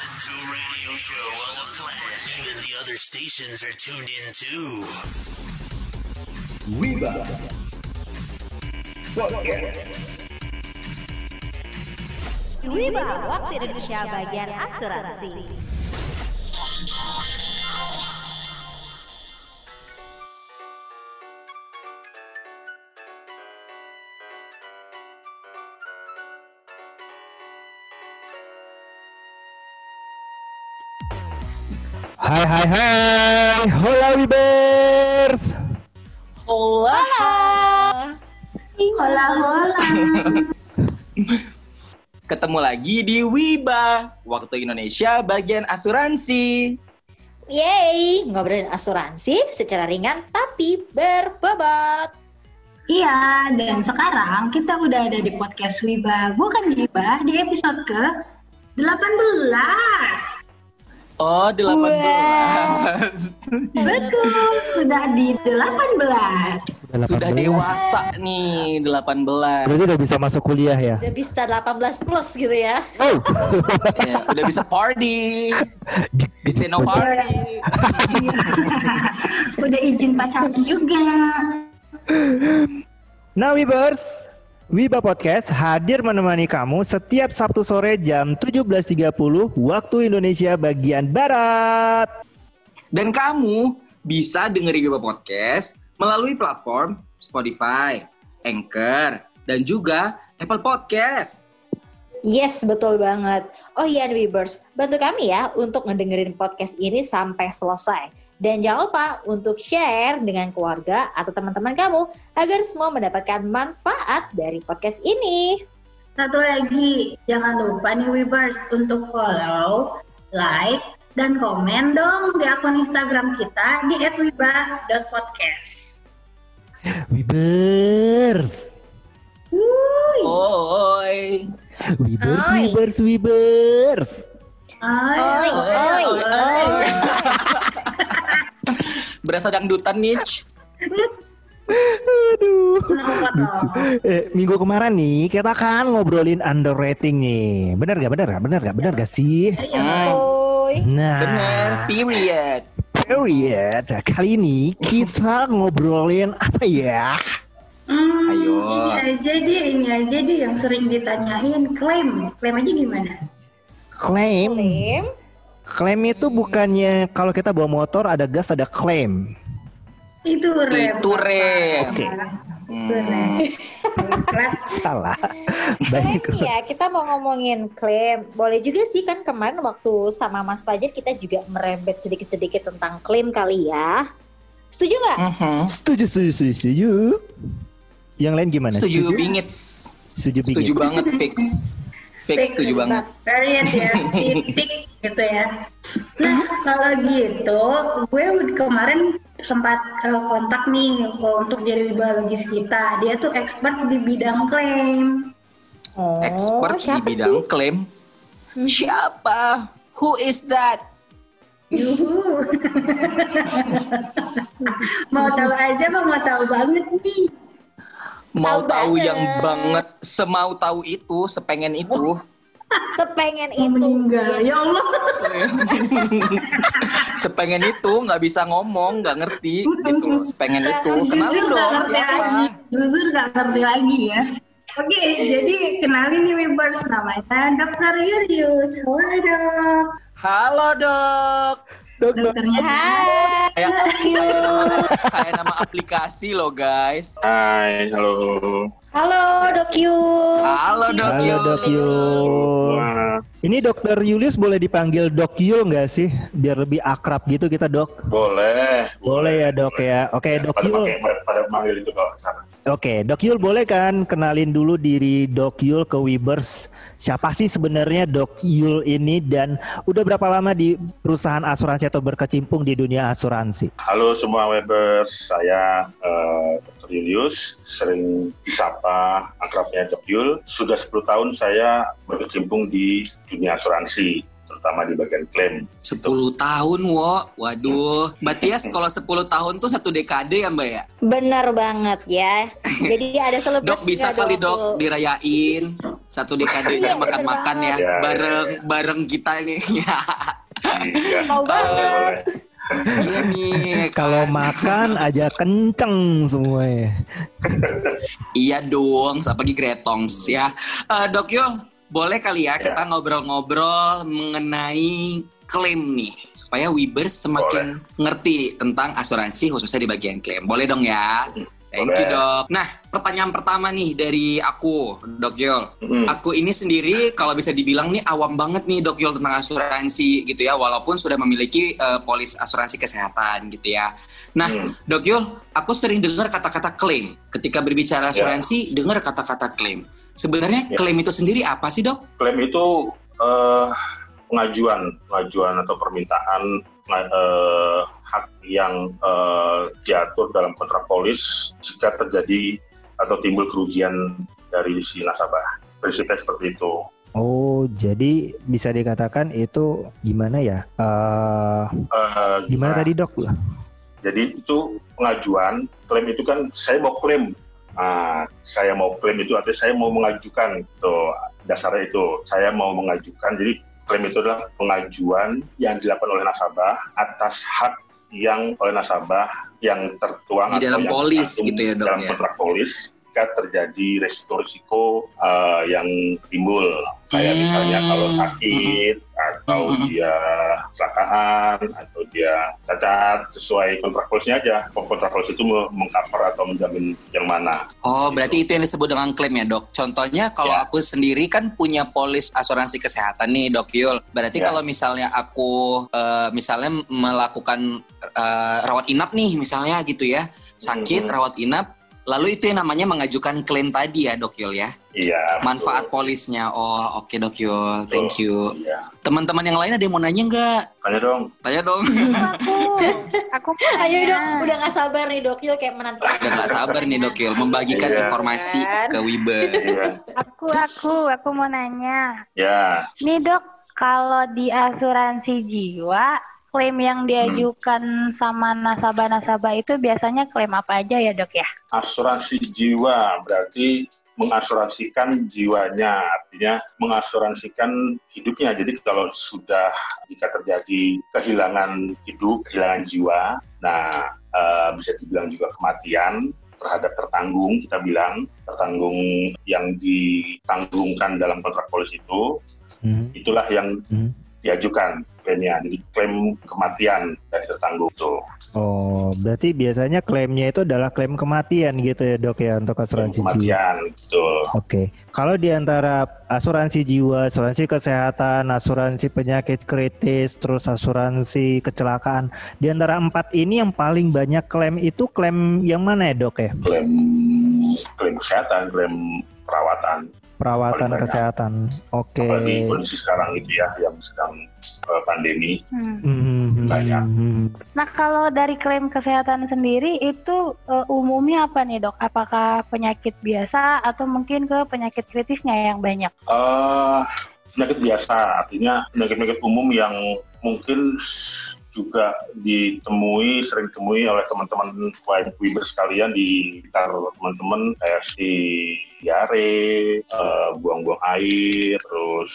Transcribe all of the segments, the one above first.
listen to a radio show on the planet. Even the other stations are tuned in too. Wiba Podcast. Wiba, waktu Indonesia bagian asuransi. Hai, hola Wibers. Hola. Ketemu lagi di Wiba, waktu Indonesia bagian asuransi. Yeay, ngobrolin asuransi secara ringan tapi berbobot. Iya, dan sekarang kita udah ada di podcast Wiba, bukan Wiba, di episode ke 18. Oh, 18. Betul, sudah di 18. Sudah dewasa nih, 18. Berarti udah bisa masuk kuliah ya? Udah bisa 18 plus gitu ya. Oh. Ya, udah bisa party. Bisa no party. Udah izin pacaran juga. Nah Wibers, Wiba Podcast hadir menemani kamu setiap Sabtu sore jam 17.30 waktu Indonesia bagian Barat. Dan kamu bisa dengerin Wiba Podcast melalui platform Spotify, Anchor, dan juga Apple Podcast. Yes, betul banget. Oh iya Wibers, bantu kami ya untuk ngedengerin podcast ini sampai selesai. Dan jangan lupa untuk share dengan keluarga atau teman-teman kamu agar semua mendapatkan manfaat dari podcast ini. Satu lagi, jangan lupa nih Wibers untuk follow, like, dan komen dong di akun Instagram kita di @wiba.podcast. Wibers. Oi. Wibers, Oi. Wibers, Wibers. Oi. Berasa dangdutan nih. Aduh. Kenapa Lucu. dong? Minggu kemarin nih kita kan ngobrolin underrating nih. Bener gak sih? Oi. Nah, Bener, period. Kali ini kita ngobrolin apa ya? Ayo. Ini aja deh yang sering ditanyain, klaim aja gimana? Klaim. Klaim. Itu bukannya kalau kita bawa motor ada gas ada klaim. Itu rem. Oke. Itu rem. Salah. Klaim Baik. ya, kita mau ngomongin klaim. Boleh juga sih kan kemarin waktu sama Mas Fajar kita juga merembet sedikit-sedikit tentang klaim kali ya. Setuju nggak? Setuju. Yang lain gimana? Setuju bingit. Setuju banget, fix. Fix, setuju banget. Period ya, titik gitu ya. Nah, kalau gitu, gue kemarin sempat kontak nih untuk jadi wibalogis kita. Dia tuh expert di bidang klaim. Oh, Expert di siapa bidang tuh? klaim. Siapa? Who is that? Yuhu. Mau tahu aja, mau tahu banget nih. Mau Tahu tahu banget. yang banget, semau tahu itu, sepengen itu. Sepengen Mau itu. meninggal, Yes. ya Allah. Sepengen itu, nggak bisa ngomong, nggak ngerti gitu loh. Sepengen itu, kenalin Zuzur nggak dong ngerti lagi. siapa? Zuzur nggak ngerti lagi ya. Oke, jadi kenalin nih Wibers, namanya Dr. Julius. Halo dok. Halo dok. Dokternya Hai. Kayak nama aplikasi loh guys. Hai, halo. Halo Dok Yu. Halo dok. Halo Dok Yul. Wah, Ini Dokter Julius boleh dipanggil Dok Yul nggak sih? Biar lebih akrab gitu kita Dok. boleh. Boleh ya Dok ya. Oke Dok Yul. Pada manggil itu kalau sana. Oke, Dok Yul boleh kan kenalin dulu diri Dok Yul ke Wibers. Siapa sih sebenarnya Dok Yul ini dan udah berapa lama di perusahaan asuransi atau berkecimpung di dunia asuransi? Halo semua webers, saya Dr. Julius, sering disapa akrabnya Dok Yul. Sudah 10 tahun saya berkecimpung di dunia asuransi, terutama di bagian klaim. 10 tahun wo. Waduh. Berarti ya kalau 10 tahun tuh 1 dekade ya Mbak ya? Benar banget ya. Jadi ada selebrasi Dok bisa nggak, kali dok dirayain. Satu dekadenya makan-makan ya, Ya, bareng kita nih. Iya. Mau banget. Iya nih. Kalau makan aja kenceng semua ya. Iya dong, apalagi Gretongs ya. Dok Yul, boleh kali ya kita ngobrol-ngobrol mengenai klaim nih, supaya Wibers semakin ngerti tentang asuransi khususnya di bagian klaim. Boleh dong ya? Thank you, Dok. Nah, pertanyaan pertama nih dari aku, Dok Yul. Aku ini sendiri kalau bisa dibilang nih awam banget nih, Dok Yul, tentang asuransi gitu ya, walaupun sudah memiliki polis asuransi kesehatan gitu ya. Nah, Dok Yul, aku sering dengar kata-kata klaim. Ketika berbicara asuransi, dengar kata-kata klaim. Sebenarnya klaim itu sendiri apa sih, Dok? Klaim itu pengajuan atau permintaan hak yang diatur dalam kontrak polis jika terjadi atau timbul kerugian dari si nasabah. Prinsipnya seperti itu. Oh, jadi bisa dikatakan itu gimana ya? Gimana tadi, Dok? Jadi itu pengajuan, klaim itu kan saya mau klaim. Nah, saya mau klaim itu artinya saya mau mengajukan. Tuh, dasarnya itu saya mau mengajukan. Jadi klaim itu adalah pengajuan yang dilakukan oleh nasabah atas hak yang oleh nasabah yang tertuang di dalam atau polis yang gitu ya, Dok, dalam ya? kontrak polis jika terjadi resiko-resiko yang timbul, kayak misalnya kalau sakit atau dia kecelakaan atau dia cacat, sesuai kontrak polisnya aja. Kontrak polis itu meng-cover atau menjamin yang mana. Oh, berarti itu yang disebut dengan klaim ya, Dok. Contohnya kalau aku sendiri kan punya polis asuransi kesehatan nih, Dok Yul. Berarti kalau misalnya aku misalnya melakukan rawat inap nih misalnya gitu ya, sakit rawat inap, lalu itu yang namanya mengajukan klaim tadi ya, Dok Yul ya? Iya. Manfaat polisnya. Oh, oke, Dok Yul. Thank you. Iya. Teman-teman yang lain ada yang mau nanya nggak? Tanya dong. Tanya dong. Aku mau Ayo nanya. Dok, udah gak sabar nih Dok Yul kayak menanti. Udah nggak sabar nih, Dok Yul, membagikan Iya. informasi ke Wibers. Iya. Aku mau nanya. Ya. Nih Dok, kalau di asuransi jiwa, klaim yang diajukan sama nasabah-nasabah itu biasanya klaim apa aja ya, Dok ya? Asuransi jiwa berarti mengasuransikan jiwanya, artinya mengasuransikan hidupnya. Jadi kalau sudah jika terjadi kehilangan hidup, kehilangan jiwa, nah bisa dibilang juga kematian terhadap tertanggung, kita bilang tertanggung yang ditanggungkan dalam kontrak polis itu, itulah yang diajukan klaimnya. Jadi klaim kematian dari tertanggung itu. Oh, berarti biasanya klaimnya itu adalah klaim kematian gitu ya, Dok ya, untuk asuransi jiwa. Kematian, betul. Oke. Kalau di antara asuransi jiwa, asuransi kesehatan, asuransi penyakit kritis, terus asuransi kecelakaan, di antara 4 ini yang paling banyak klaim itu klaim yang mana ya, Dok ya? Klaim kesehatan, klaim perawatan. Perawatan Paling banyak. kesehatan. Oke. Apalagi kondisi sekarang itu ya, yang sedang pandemi. Banyak. Nah, kalau dari klaim kesehatan sendiri itu umumnya apa nih, Dok? Apakah penyakit biasa atau mungkin ke penyakit kritisnya yang banyak? Penyakit biasa, artinya penyakit-penyakit umum yang mungkin juga sering ditemui oleh teman-teman Wibers sekalian di sekitar teman-teman, kayak si diare, buang-buang air, terus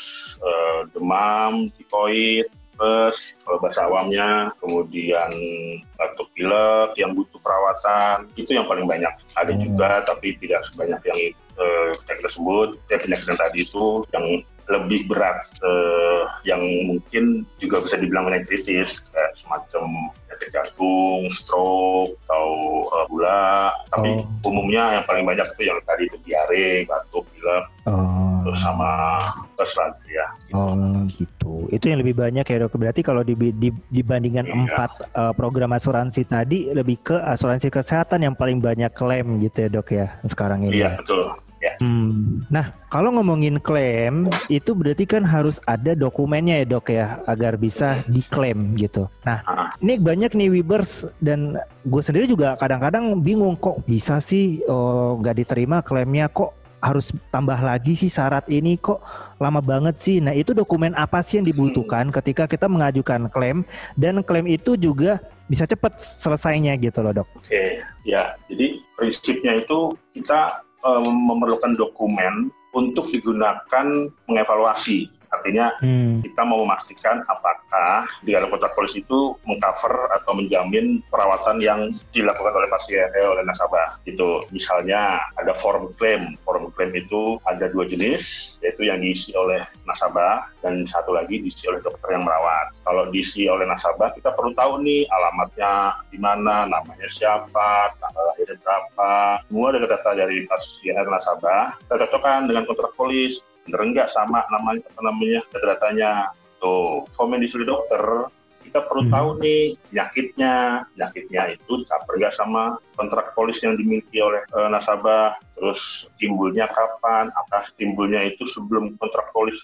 demam, tifoid, terus bahasa awamnya, kemudian batuk pilek yang butuh perawatan, itu yang paling banyak. Ada juga tapi tidak sebanyak yang penyakit tersebut. Penyakit yang tadi itu yang lebih berat, yang mungkin juga bisa dibilang penyakit kritis, kayak semacam penyakit jantung, stroke, atau gula. Tapi umumnya yang paling banyak itu yang tadi itu diare, batuk, pilek, terus sama lagi ya. Oh gitu. Itu yang lebih banyak ya, Dok. Berarti kalau dibandingkan 4 program asuransi tadi, lebih ke asuransi kesehatan yang paling banyak klaim gitu ya, Dok ya, sekarang ini. Iya, betul. Ya. Nah, kalau ngomongin klaim, itu berarti kan harus ada dokumennya ya, Dok ya, agar bisa diklaim gitu. Nah, ini banyak nih Wibers, dan gue sendiri juga kadang-kadang bingung, kok bisa sih nggak diterima klaimnya, kok harus tambah lagi sih syarat ini, kok lama banget sih. Nah, itu dokumen apa sih yang dibutuhkan ketika kita mengajukan klaim, dan klaim itu juga bisa cepat selesainya gitu loh, Dok? Oke, ya. Jadi prinsipnya itu kita memerlukan dokumen untuk digunakan mengevaluasi. Artinya kita mau memastikan apakah di dalam kontrak polis itu mengcover atau menjamin perawatan yang dilakukan oleh pasien oleh nasabah. Itu misalnya ada form claim. Form claim itu ada 2 jenis, yaitu yang diisi oleh nasabah dan satu lagi diisi oleh dokter yang merawat. Kalau diisi oleh nasabah, kita perlu tahu nih alamatnya di mana, namanya siapa, tanggal lahirnya berapa, semua data dari pasien nasabah kita cocokkan dengan kontrak polis. Bener enggak sama namanya data-datanya. Tuh, form yang diisi dokter, kita perlu tahu nih penyakitnya itu cover enggak sama kontrak polis yang dimiliki oleh nasabah. Terus timbulnya kapan? Apakah timbulnya itu sebelum kontrak polis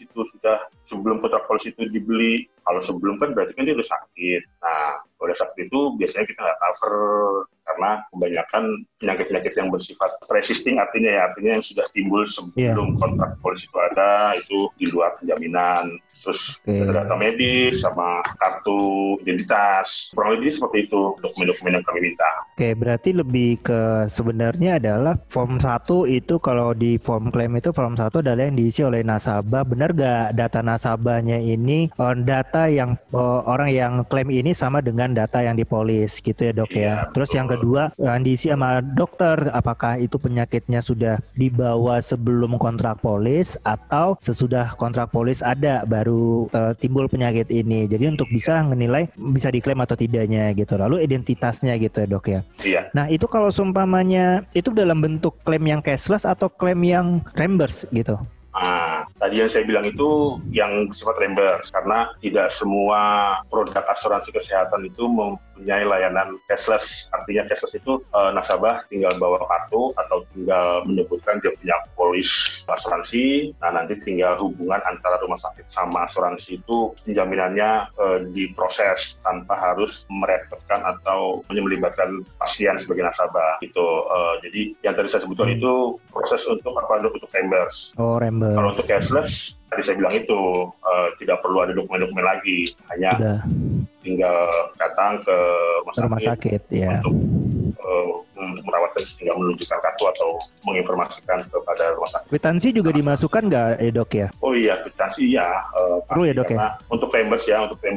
itu dibeli? Kalau sebelum kan berarti kan dia udah sakit. Nah, udah sakit itu biasanya kita nggak cover karena kebanyakan penyakit-penyakit yang bersifat resisting artinya yang sudah timbul sebelum kontrak polis itu ada, itu di luar penjaminan. Terus data medis sama kartu identitas, kurang lebih seperti itu dokumen-dokumen yang kami minta. Oke, berarti lebih ke sebenarnya adalah form 1 itu, kalau di form klaim itu form 1 adalah yang diisi oleh nasabah. Benar gak data nasabahnya ini data yang orang yang klaim ini sama dengan data yang dipolis gitu ya dok ya. Terus yang kedua yang diisi sama dokter, apakah itu penyakitnya sudah dibawa sebelum kontrak polis atau sesudah kontrak polis ada baru timbul penyakit ini. Jadi untuk bisa menilai bisa diklaim atau tidaknya gitu. Lalu identitasnya gitu ya dok ya. Iya. Nah itu kalau seumpamanya itu dalam bentuk klaim yang cashless atau klaim yang reimburse gitu? Tadi yang saya bilang itu yang bersifat reimburse, karena tidak semua produk asuransi kesehatan itu mempunyai layanan cashless. Artinya cashless itu nasabah tinggal bawa kartu atau tinggal menyebutkan dia punya polis asuransi. Nah nanti tinggal hubungan antara rumah sakit sama asuransi itu penjaminannya diproses tanpa harus merepotkan atau melibatkan pasien sebagai nasabah. Gitu. Jadi yang tadi saya sebutkan itu proses untuk reimburse. Oh, reimburse. Kalau untuk cashless, tadi saya bilang itu tidak perlu ada dokumen-dokumen lagi, hanya tinggal datang ke rumah sakit ya. Untuk merawat, tinggal menunjukkan kartu atau menginformasikan kepada rumah sakit. Kwitansi juga dimasukkan nggak dok ya? Oh iya, kwitansi ya. Perlu ya dok ya? Untuk reimburse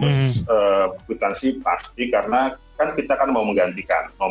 kwitansi pasti, karena kan kita kan mau mengganti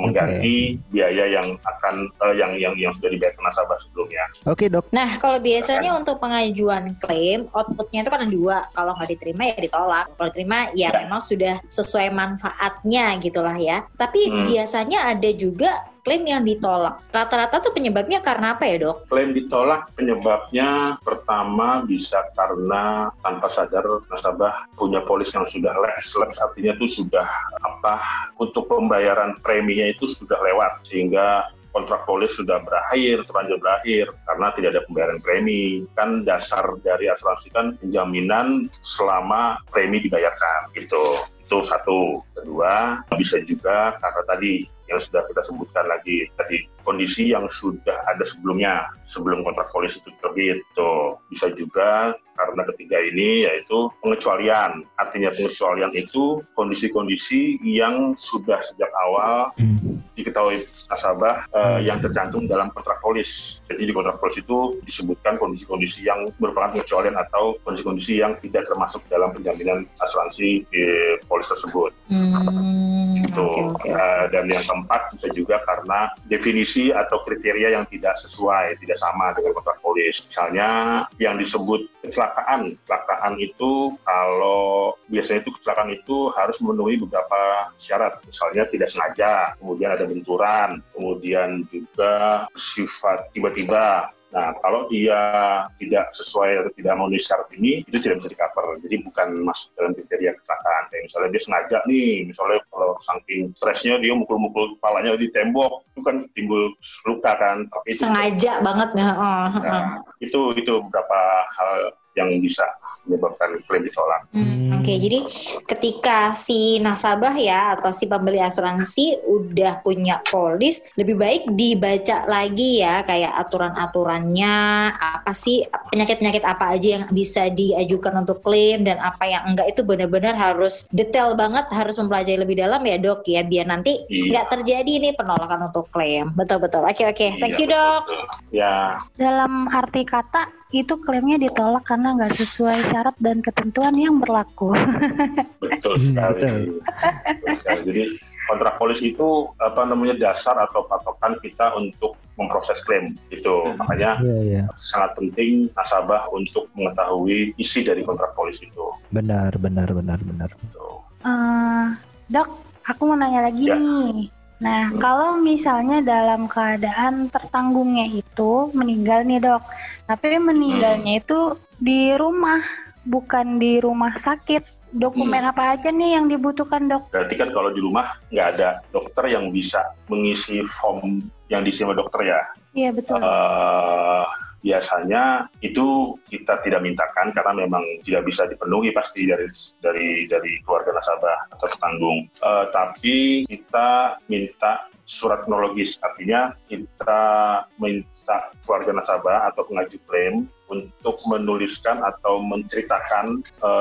biaya yang akan yang sudah dibayarkan nasabah sebelumnya. Oke dok. Nah kalau biasanya untuk pengajuan klaim outputnya itu kan ada 2, kalau nggak diterima ya ditolak, kalau diterima ya memang sudah sesuai manfaatnya gitulah ya. Tapi biasanya ada juga klaim yang ditolak. Rata-rata tuh penyebabnya karena apa ya dok? Klaim ditolak penyebabnya pertama bisa karena tanpa sadar nasabah punya polis yang sudah lapse, artinya itu sudah untuk pembayaran preminya itu sudah lewat, sehingga kontrak polis sudah terlanjur berakhir karena tidak ada pembayaran premi. Kan dasar dari asuransi kan penjaminan selama premi dibayarkan gitu. Itu satu. Kedua, bisa juga karena tadi yang sudah kita sebutkan lagi tadi, kondisi yang sudah ada sebelum kontrak polis itu terbit. Tuh, bisa juga karena ketiga ini yaitu pengecualian. Artinya pengecualian itu kondisi-kondisi yang sudah sejak awal diketahui nasabah yang tercantum dalam kontrak polis. Jadi di kontrak polis itu disebutkan kondisi-kondisi yang merupakan pengecualian atau kondisi-kondisi yang tidak termasuk dalam penjaminan asuransi di polis tersebut. Dan yang keempat bisa juga karena definisi atau kriteria yang tidak sama dengan kontrak polis. Misalnya yang disebut kecelakaan itu, kalau biasanya itu kecelakaan itu harus memenuhi beberapa syarat. Misalnya tidak sengaja, kemudian ada benturan, kemudian juga sifat tiba-tiba. Nah, kalau dia tidak sesuai atau tidak memenuhi syarat ini, itu tidak bisa di-cover. Jadi bukan masuk dalam kriteria kecelakaan. Kayak misalnya dia sengaja nih, misalnya kalau saking stresnya dia mukul-mukul kepalanya di tembok, itu kan timbul luka kan. Tapi sengaja banget ya. Nah, itu beberapa hal yang bisa menyebabkan klaim ditolak. Oke, jadi ketika si nasabah ya atau si pembeli asuransi udah punya polis, lebih baik dibaca lagi ya kayak aturan-aturannya, apa sih penyakit-penyakit apa aja yang bisa diajukan untuk klaim dan apa yang enggak, itu benar-benar harus detail banget, harus mempelajari lebih dalam ya dok ya, biar nanti nggak terjadi nih penolakan untuk klaim. Betul-betul. Oke. Thank you dok. Ya. Dalam arti kata itu klaimnya ditolak karena nggak sesuai syarat dan ketentuan yang berlaku. Betul sekali. Jadi kontrak polis itu dasar atau patokan kita untuk memproses klaim itu. Makanya sangat penting nasabah untuk mengetahui isi dari kontrak polis itu. Benar. Dok, aku mau nanya lagi nih. Nah, kalau misalnya dalam keadaan tertanggungnya itu meninggal nih dok, tapi meninggalnya itu di rumah, bukan di rumah sakit. Dokumen apa aja nih yang dibutuhkan dok? Berarti kan kalau di rumah nggak ada dokter yang bisa mengisi form yang diisi sama dokter ya? Iya betul. Biasanya itu kita tidak mintakan karena memang tidak bisa dipenuhi pasti dari keluarga nasabah atau petanggung. Tapi kita minta surat kronologis, artinya kita minta keluarga nasabah atau pengajuh klaim untuk menuliskan atau menceritakan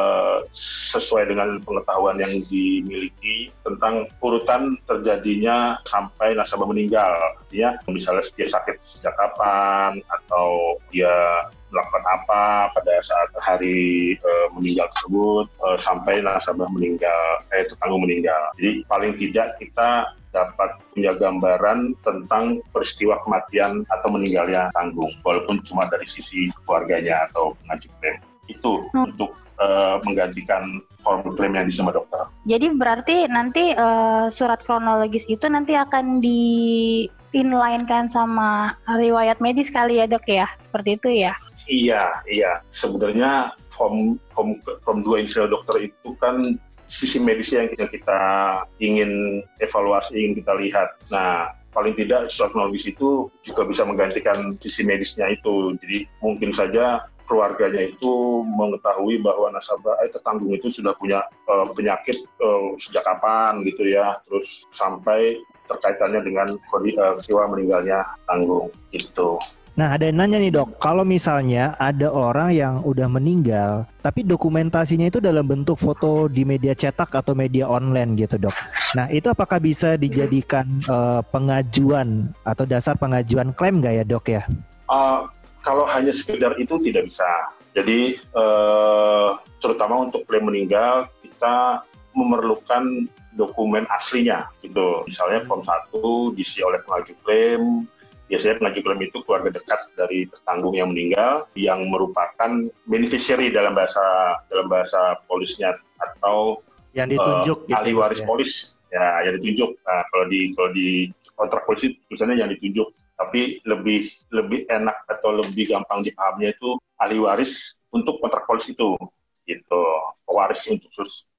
sesuai dengan pengetahuan yang dimiliki tentang urutan terjadinya sampai nasabah meninggal. Artinya misalnya dia sakit sejak kapan atau dia melakukan apa pada saat hari meninggal tersebut sampai nasabah meninggal, tetangga meninggal. Jadi paling tidak kita dapat punya gambaran tentang peristiwa kematian atau meninggalnya tanggung, walaupun cuma dari sisi keluarganya atau pengajuh klaim. Itu untuk menggantikan form klaim yang diisi sama dokter. Jadi berarti nanti surat kronologis itu nanti akan di-inline-kan sama riwayat medis kali ya dok ya? Seperti itu ya? Iya. Sebenarnya form 2 inisial dokter itu kan sisi medisnya yang kita ingin evaluasi, ingin kita lihat. Nah, paling tidak surat kronologis itu juga bisa menggantikan sisi medisnya itu. Jadi mungkin saja keluarganya itu mengetahui bahwa nasabah tetanggung itu sudah punya penyakit sejak kapan gitu ya, terus sampai terkaitannya dengan peristiwa meninggalnya tanggung gitu. Nah, ada yang nanya nih dok, kalau misalnya ada orang yang udah meninggal, tapi dokumentasinya itu dalam bentuk foto di media cetak atau media online gitu dok. Nah, itu apakah bisa dijadikan pengajuan atau dasar pengajuan klaim nggak ya dok ya? Kalau hanya sekedar itu tidak bisa. Jadi, terutama untuk klaim meninggal, kita memerlukan dokumen aslinya gitu. Misalnya form 1 diisi oleh pengajuh klaim. Biasanya pengajuh klaim itu keluarga dekat dari tertanggung yang meninggal yang merupakan beneficiary dalam bahasa polisnya atau yang ditunjuk ahli waris polis ya, yang ditunjuk. Nah, kalau di kontrak polis tulisannya yang ditunjuk, tapi lebih enak atau lebih gampang dipahaminya itu ahli waris untuk kontrak polis itu gitu, waris untuk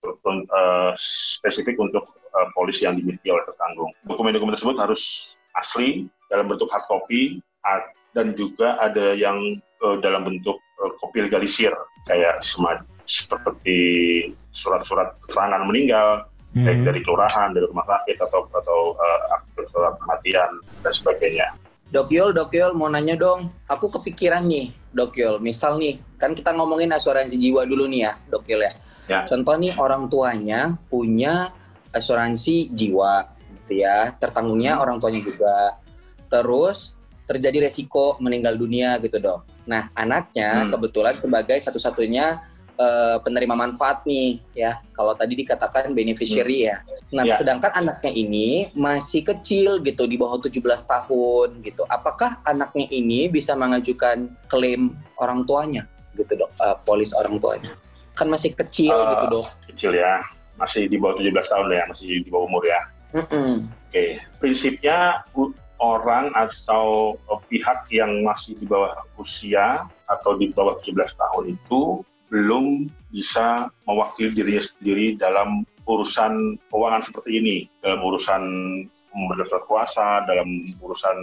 spesifik untuk polis yang dimiliki oleh tertanggung. Dokumen-dokumen tersebut harus asli dalam bentuk hard copy dan juga ada yang dalam bentuk kopi legalisir kayak seperti surat-surat keterangan meninggal baik dari kelurahan, dari rumah sakit atau akte surat kematian dan sebagainya. Dok Yul mau nanya dong. Aku kepikiran nih, Dok Yul. Misal nih, kan kita ngomongin asuransi jiwa dulu nih ya, Dok Yul ya. Contoh nih orang tuanya punya asuransi jiwa gitu ya, tertanggungnya orang tuanya juga. Terus terjadi resiko meninggal dunia gitu dok. Nah anaknya kebetulan sebagai satu-satunya penerima manfaat nih ya. Kalau tadi dikatakan beneficiary ya. Nah sedangkan anaknya ini masih kecil gitu, di bawah 17 tahun gitu. Apakah anaknya ini bisa mengajukan klaim orang tuanya gitu dok, polis orang tuanya? Kan masih kecil gitu dok. Kecil ya, masih di bawah 17 tahun ya, masih di bawah umur ya. Oke. Prinsipnya orang atau pihak yang masih di bawah usia atau di bawah 17 tahun itu belum bisa mewakili dirinya sendiri dalam urusan keuangan seperti ini, dalam urusan memberikan kuasa, dalam urusan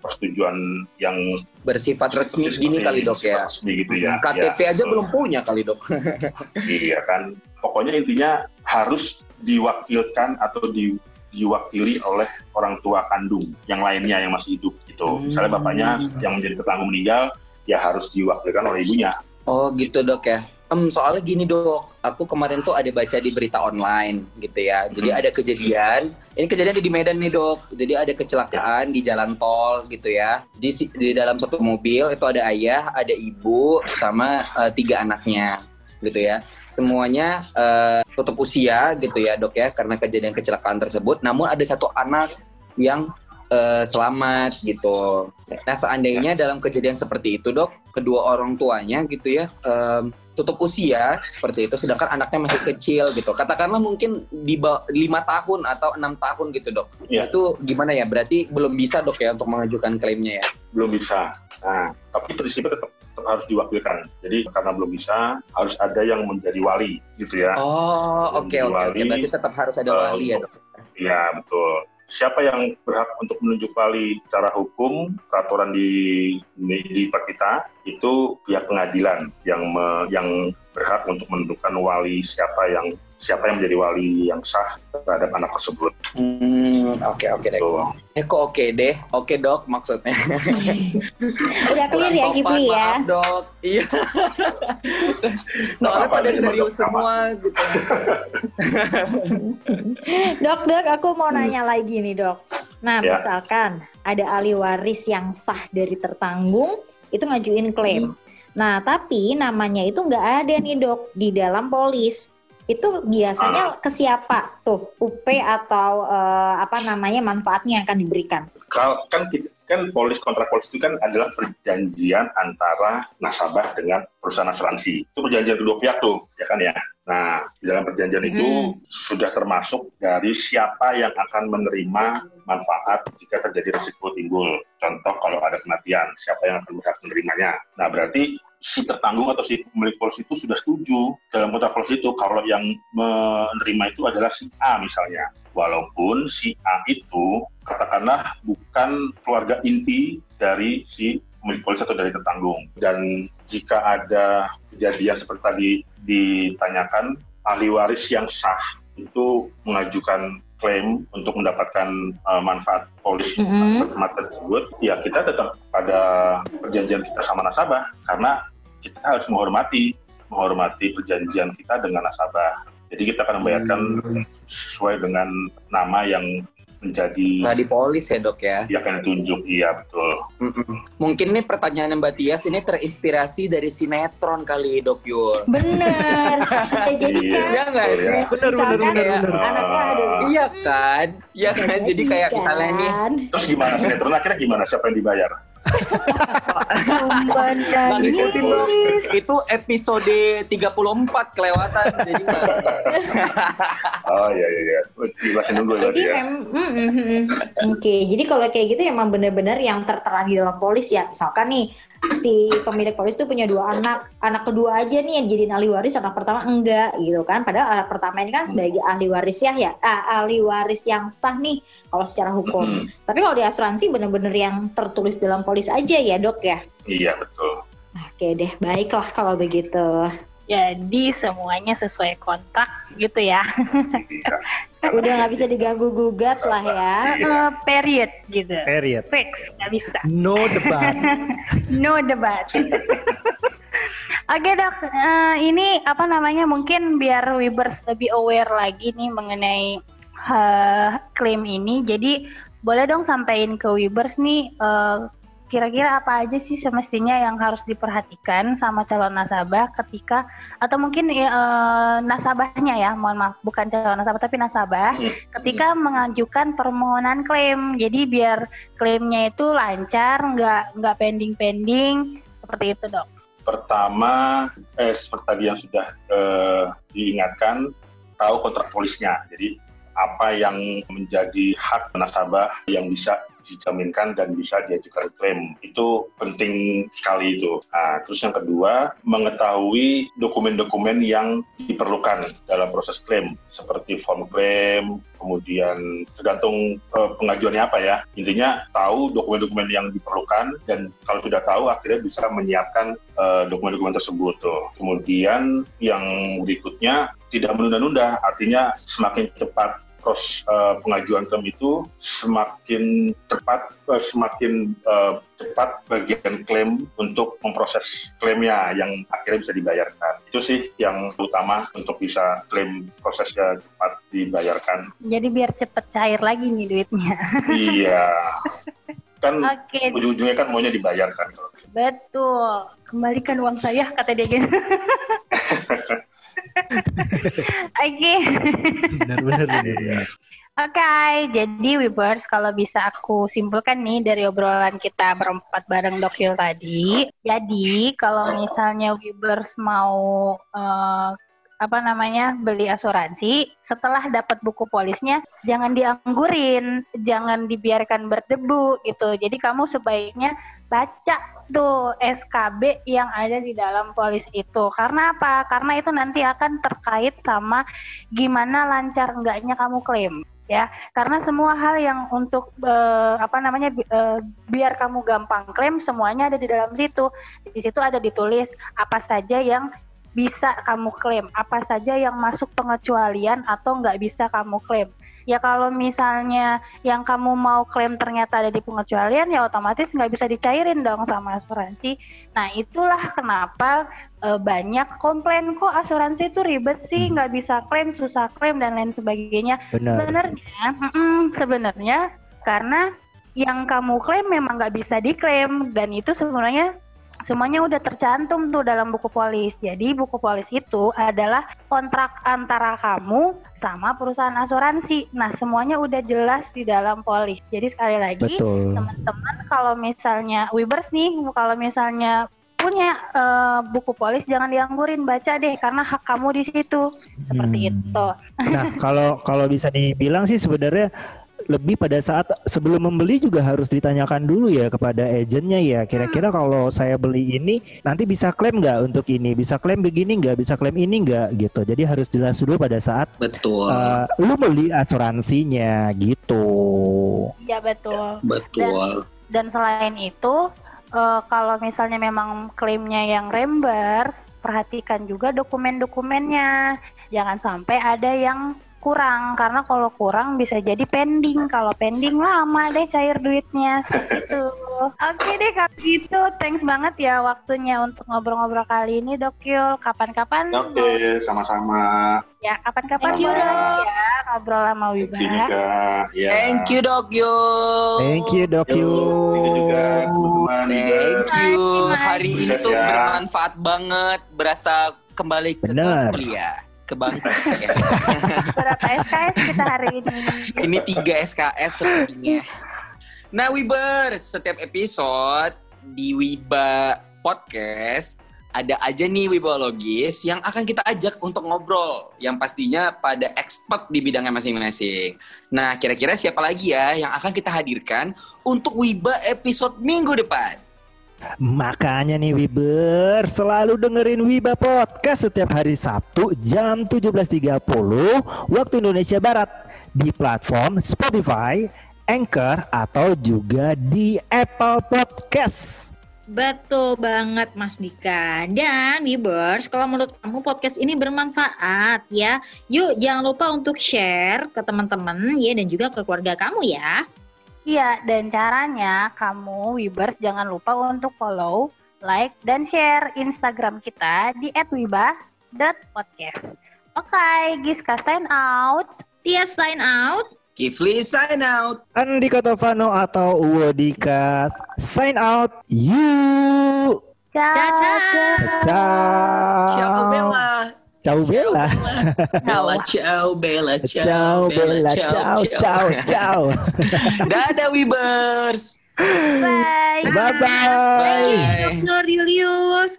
persetujuan yang Bersifat resmi gini kali dok ya. resmi gitu ya. KTP Ya, aja betul. belum punya kali dok. Iya kan. Pokoknya intinya harus diwakilkan atau diwakili oleh orang tua kandung yang lainnya yang masih hidup gitu. Misalnya bapaknya yang menjadi tetangga meninggal, ya harus diwakilkan oleh ibunya. Oh gitu dok ya. Soalnya gini dok, aku kemarin tuh ada baca di berita online gitu ya. Jadi ada kejadian, ini kejadian di Medan nih dok. Jadi ada kecelakaan di jalan tol gitu ya. Jadi di dalam satu mobil itu ada ayah, ada ibu, sama 3 anaknya gitu ya. Semuanya tutup usia gitu ya dok ya, karena kejadian kecelakaan tersebut. Namun ada satu anak yang selamat gitu. Nah seandainya dalam kejadian seperti itu dok, kedua orang tuanya gitu ya tutup usia seperti itu, sedangkan anaknya masih kecil gitu. Katakanlah mungkin di 5 tahun atau 6 tahun gitu dok. Ya. Itu gimana ya? Berarti belum bisa dok ya untuk mengajukan klaimnya ya? Belum bisa. Nah, tapi prinsipnya tetap harus diwakilkan. Jadi karena belum bisa, harus ada yang menjadi wali gitu ya. Oh oke. Berarti tetap harus ada wali ya dok? Iya betul. Siapa yang berhak untuk menunjuk wali secara hukum, peraturan di kita itu pihak pengadilan yang berhak untuk menentukan wali siapa yang menjadi wali yang sah terhadap anak tersebut. Oke deh. Kok oke deh? Oke dok maksudnya. Udah clear ya Kipli ya. Maaf dok. Iya. Soalnya pada serius semua gitu. Dok, aku mau nanya lagi nih dok. Nah, Ya. misalkan ada ahli waris yang sah dari tertanggung, itu ngajuin klaim. Nah, tapi namanya itu nggak ada nih dok di dalam polis. Itu biasanya ke siapa tuh? UP atau manfaatnya yang akan diberikan? Kan polis kontrak polis itu kan adalah perjanjian antara nasabah dengan perusahaan asuransi. Itu perjanjian kedua pihak tuh, ya kan ya. Nah, di dalam perjanjian itu sudah termasuk dari siapa yang akan menerima manfaat jika terjadi risiko timbul. Contoh kalau ada kematian, siapa yang akan berhak menerimanya. Nah, berarti si tertanggung atau si pemilik polis itu sudah setuju dalam kontrak polis itu kalau yang menerima itu adalah si A misalnya. Walaupun si A itu katakanlah bukan keluarga inti dari si pemilik polis atau dari tertanggung. Dan jika ada kejadian seperti tadi ditanyakan, ahli waris yang sah itu mengajukan klaim untuk mendapatkan manfaat polis tersebut, ya kita tetap pada perjanjian kita sama nasabah karena kita harus menghormati perjanjian kita dengan nasabah. Jadi kita akan membayarkan sesuai dengan nama yang menjadi di polis ya dok ya? Yang akan ditunjuk, iya betul. Mungkin nih pertanyaan Mbak Tias ini terinspirasi dari sinetron kali dok Yul. Bener, bisa jadi kan? Iya nggak sih? Bener. Anaknya ada. Iya kan? Iya kan? Jadi kayak misalnya nih. Terus gimana sinetron akhirnya gimana? Siapa yang dibayar? Bang ikutin dong. Itu episode 34 kelewatan. Jadi Oh iya. Jelasin dulu Jadi ya. Oke, jadi kalau kayak gitu emang benar-benar yang tertera di dalam polis ya. Misalkan nih si pemilik polis tuh punya 2 anak kedua aja nih yang jadi ahli waris, anak pertama enggak gitu kan. Padahal anak pertama ini kan sebagai ahli waris ahli waris yang sah nih kalau secara hukum. Tapi kalau di asuransi benar-benar yang tertulis dalam polis aja ya dok ya. Iya betul. Oke deh, baiklah kalau begitu. Jadi semuanya sesuai kontrak gitu ya. Udah nggak bisa diganggu gugat lah ya. Period gitu. Period. Fix, nggak bisa. No debat. No debat. Oke dok, ini mungkin biar Wibers lebih aware lagi nih mengenai klaim ini. Jadi boleh dong sampaikan ke Wibers nih kira-kira apa aja sih semestinya yang harus diperhatikan sama calon nasabah ketika, atau mungkin nasabahnya ya, mohon maaf, bukan calon nasabah tapi nasabah, ketika mengajukan permohonan klaim. Jadi biar klaimnya itu lancar, nggak pending-pending, seperti itu dok. Pertama, seperti tadi yang sudah diingatkan, tahu kontrak polisnya. Jadi apa yang menjadi hak nasabah yang bisa dijaminkan dan bisa diajukan klaim. Itu penting sekali itu. Nah, terus yang kedua, mengetahui dokumen-dokumen yang diperlukan dalam proses klaim, seperti form klaim, kemudian tergantung pengajuannya apa ya. Intinya tahu dokumen-dokumen yang diperlukan, dan kalau sudah tahu akhirnya bisa menyiapkan dokumen-dokumen tersebut tuh. Kemudian yang berikutnya, tidak menunda-nunda, artinya semakin cepat proses pengajuan klaim itu semakin cepat bagian klaim untuk memproses klaimnya yang akhirnya bisa dibayarkan. Itu sih yang utama untuk bisa klaim prosesnya cepat dibayarkan. Jadi biar cepet cair lagi nih duitnya. Iya. Kan Oke. ujung-ujungnya kan maunya dibayarkan. Betul. Kembalikan uang saya, kata dia gitu. Oke. Benar. Oke, jadi Wibers, kalau bisa aku simpulkan nih dari obrolan kita berempat bareng Dokyul tadi. Jadi kalau misalnya Wibers mau beli asuransi, setelah dapat buku polisnya jangan dianggurin, jangan dibiarkan berdebu gitu. Jadi kamu sebaiknya baca tuh SKB yang ada di dalam polis itu. Karena apa? Karena itu nanti akan terkait sama gimana lancar enggaknya kamu klaim. Ya, karena semua hal yang untuk biar kamu gampang klaim semuanya ada di dalam situ. Di situ ada ditulis apa saja yang bisa kamu klaim, apa saja yang masuk pengecualian atau nggak bisa kamu klaim. Ya kalau misalnya yang kamu mau klaim ternyata ada di pengecualian, ya otomatis nggak bisa dicairin dong sama asuransi. Nah itulah kenapa banyak komplain, kok asuransi itu ribet sih, nggak bisa klaim, susah klaim dan lain sebagainya. Sebenarnya karena yang kamu klaim memang nggak bisa diklaim, dan itu sebenarnya semuanya udah tercantum tuh dalam buku polis. Jadi buku polis itu adalah kontrak antara kamu sama perusahaan asuransi. Nah semuanya udah jelas di dalam polis. Jadi sekali lagi teman-teman, kalau misalnya Wibers nih, kalau misalnya punya buku polis jangan dianggurin, baca deh karena hak kamu di situ. Seperti itu. Nah kalau bisa dibilang sih sebenarnya lebih pada saat sebelum membeli juga harus ditanyakan dulu ya kepada agennya ya, kira-kira kalau saya beli ini nanti bisa klaim nggak untuk ini, bisa klaim begini nggak, bisa klaim ini nggak gitu. Jadi harus jelas dulu pada saat lu beli asuransinya gitu. Ya betul. Dan selain itu kalau misalnya memang klaimnya yang reimburse, perhatikan juga dokumen-dokumennya, jangan sampai ada yang kurang, karena kalau kurang bisa jadi pending. Kalau pending lama deh cair duitnya gitu. Oke deh kalau gitu, thanks banget ya waktunya untuk ngobrol-ngobrol kali ini Dokyul. Kapan-kapan Oke, sama-sama. Ya, kapan-kapan boleh ya ngobrol sama Wiba. Thank you Dokyul. Thank you Dokyul. Thank you juga teman-teman. Thank you. Hari ini tuh bermanfaat banget, berasa kembali ke kelas kuliah. Kebanggaan ya. Berapa SKS kita hari ini? Ini 3 SKS sepertinya. Nah Wibers, setiap episode di Wiba Podcast ada aja nih wibologis yang akan kita ajak untuk ngobrol, yang pastinya pada expert di bidangnya masing-masing. Nah kira-kira siapa lagi ya yang akan kita hadirkan untuk Wiba episode minggu depan? Makanya nih Wiber, selalu dengerin Wiba Podcast setiap hari Sabtu jam 17.30 waktu Indonesia Barat di platform Spotify, Anchor, atau juga di Apple Podcast. Betul banget Mas Dika. Dan Wibers, kalau menurut kamu podcast ini bermanfaat ya, yuk jangan lupa untuk share ke teman-teman ya, dan juga ke keluarga kamu ya. Iya, dan caranya kamu Wibers jangan lupa untuk follow, like, dan share Instagram kita di @wiba.podcast. Oke, Giska sign out. Tia sign out. Kifli sign out. Andika Tovano atau Uwodika sign out. You. Ciao. Ciao Bella. Ciao Bella. Bella, ciao Bella, Ciao Bella, ciao. Dadah Wibers. Bye. Bye. Thank you Dr. Julius.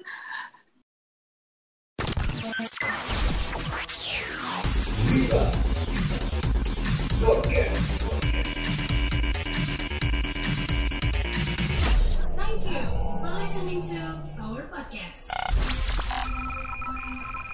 listening to our podcast.